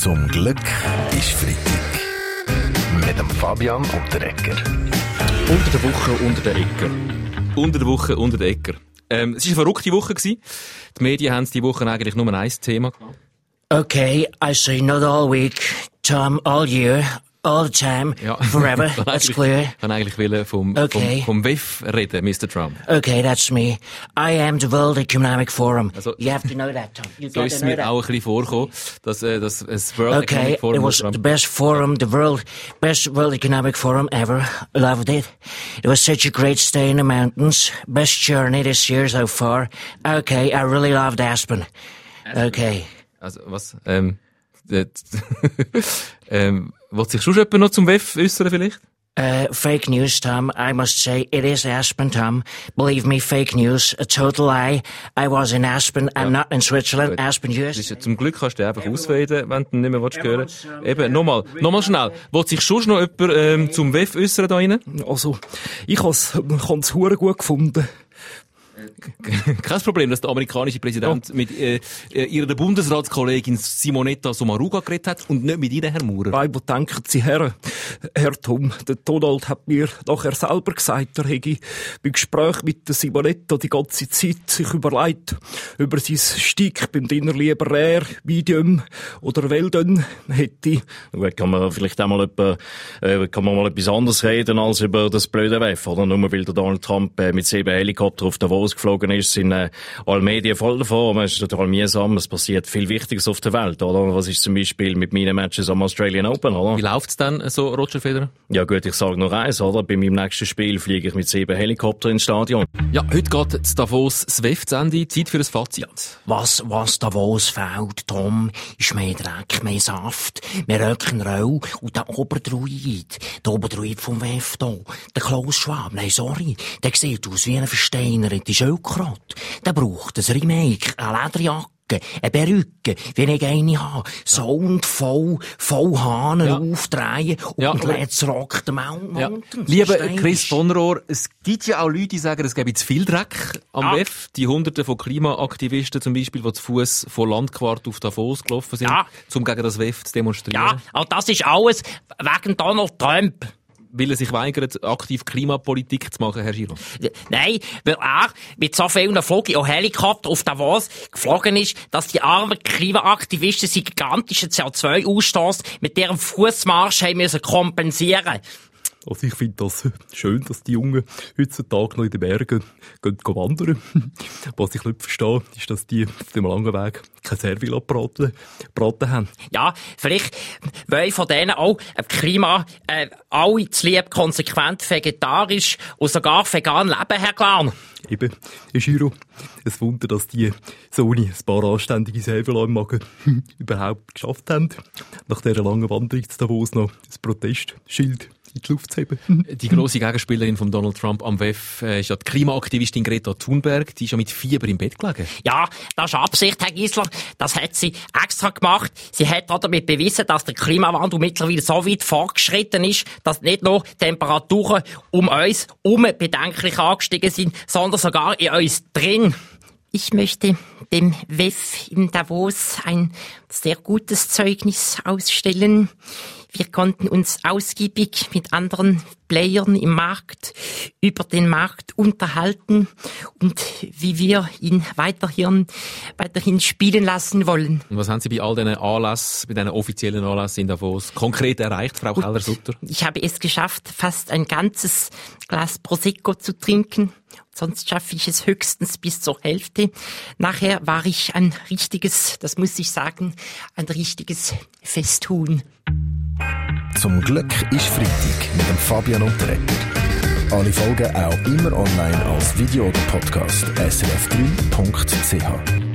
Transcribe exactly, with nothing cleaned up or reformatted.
Zum Glück ist Freitag. Mit dem Fabian Unterrecker. Unter der Woche unter der Ecker. Unter der Woche unter der Ecker. Ähm, es war eine verrückte Woche gewesen. Die Medien haben diese Woche eigentlich nur ein Thema gehabt. Okay, I say not all week, Tom, all year, all the time, ja. forever, that's clear. Ich kann eigentlich wollen vom, okay. vom, vom W E F reden, Mister Trump. Okay, that's me. I am the World Economic Forum. Also, you have to know that, Tom. You so ist es mir auch ein bisschen vorgekommen, dass äh, das, das World okay, Economic Forum... Okay, it was Trump the best forum, the world, best World Economic Forum ever. Loved it. It was such a great stay in the mountains. Best journey this year so far. Okay, I really loved Aspen. Aspen. Okay. Also, was, ähm, ähm, wollt sich schon jemand noch zum W E F äußern vielleicht? Uh, fake news, Tom. I must say, it is Aspen, Tom. Believe me, fake news. A total lie. I was in Aspen, I'm ja. not in Switzerland. Gut. Aspen, U S. Ja, zum Glück kannst du einfach ausfaden, wenn du nicht mehr willst hören. Eben, nochmal, nochmal schnell. Wollt sich schon noch jemand ähm, zum W E F äußern da rein? Also, ich hab's, ich hab's hure gut gefunden. Kein Problem, dass der amerikanische Präsident ja. mit äh, ihrer Bundesratskollegin Simonetta Sommaruga geredet hat und nicht mit Ihnen, Herr Maurer. Nein, wo denken Sie her, Herr Tom? Der Donald hat mir nachher selber gesagt, er hätte beim Gespräch mit der Simonetta die ganze Zeit sich überlegt, über sein Stick beim Dinner lieber rare, medium oder well done hätte. Da kann man vielleicht auch mal, etwa, äh, kann man mal etwas anderes reden als über das blöde W E F, oder? Nur weil der Donald Trump äh, mit sieben Helikoptern auf Davos geflogen ist, sind äh, alle Medien voll davon. Es ist total mühsam. Es passiert viel Wichtiges auf der Welt, oder? Was ist zum Beispiel mit meinen Matches am Australian Open, oder? Wie läuft's denn so, Roger Federer? Ja gut, ich sage nur eins, oder? Bei meinem nächsten Spiel fliege ich mit sieben Helikoptern ins Stadion. Ja, heute geht das Davos das W E F zu Ende. Zeit für ein Fazit. Was, was Davos fehlt, Tom, ist mehr Dreck, mehr Saft, mehr Rock'n'Roll und der Oberdruid. Der Oberdruid vom W E F hier. Der Klaus Schwab. Nein, sorry. Der sieht aus wie ein versteinerter Schildkröte. Der braucht ein Remake, eine Lederjacke, eine Perücke, wie ich eine habe. Sound voll, voll Hahnen ja. aufdrehen und ja. Let's Rock the Mountains. Ja. Lieber Chris von Rohr, es gibt ja auch Leute, die sagen, es gäbe zu viel Dreck am ja. W E F. Die Hunderte von Klimaaktivisten zum Beispiel, die zu Fuss von Landquart auf Davos gelaufen sind, ja. um gegen das W E F zu demonstrieren. Ja, auch das ist alles wegen Donald Trump. Weil er sich weigert, aktiv Klimapolitik zu machen, Herr Giro? Nein, weil er mit so vielen Flügen und Helikoptern auf Davos geflogen ist, dass die armen Klimaaktivisten sie gigantischen C O zwei Ausstoß mit deren Fußmarsch haben müssen kompensieren. Also ich finde das schön, dass die Jungen heutzutage noch in den Bergen gehen, gehen wandern. Was ich nicht verstehe, ist, dass die auf dem langen Weg keine Servila braten, braten haben. Ja, vielleicht wollen von denen auch im Klima äh, alle zu lieb konsequent vegetarisch und sogar vegan leben, Herr Glan. Eben, Herr Giro, es Wunder, dass die so ohne ein paar anständige Servila im Magen überhaupt geschafft haben, nach dieser langen Wanderung zu Davos noch das Protestschild in die Luft zu heben. Die grosse Gegenspielerin von Donald Trump am W E F äh, ist ja die Klimaaktivistin Greta Thunberg. Die ist ja mit Fieber im Bett gelegen. Ja, das ist Absicht, Herr Gisler. Das hat sie extra gemacht. Sie hat auch damit bewiesen, dass der Klimawandel mittlerweile so weit fortgeschritten ist, dass nicht nur Temperaturen um uns herum bedenklich angestiegen sind, sondern sogar in uns drin. Ich möchte dem W E F in Davos ein sehr gutes Zeugnis ausstellen. Wir konnten uns ausgiebig mit anderen Playern im Markt über den Markt unterhalten und wie wir ihn weiterhin, weiterhin spielen lassen wollen. Und was haben Sie bei all diesen Anlässen, bei diesen offiziellen Anlässen in Davos konkret erreicht, Frau Keller-Sutter? Ich habe es geschafft, fast ein ganzes Glas Prosecco zu trinken. Sonst schaffe ich es höchstens bis zur Hälfte. Nachher war ich ein richtiges, das muss ich sagen, ein richtiges Festhuhn. Zum Glück ist Freitag mit dem Fabian Unterrecker. Alle Folgen auch immer online als Video oder Podcast s r f drei punkt c h.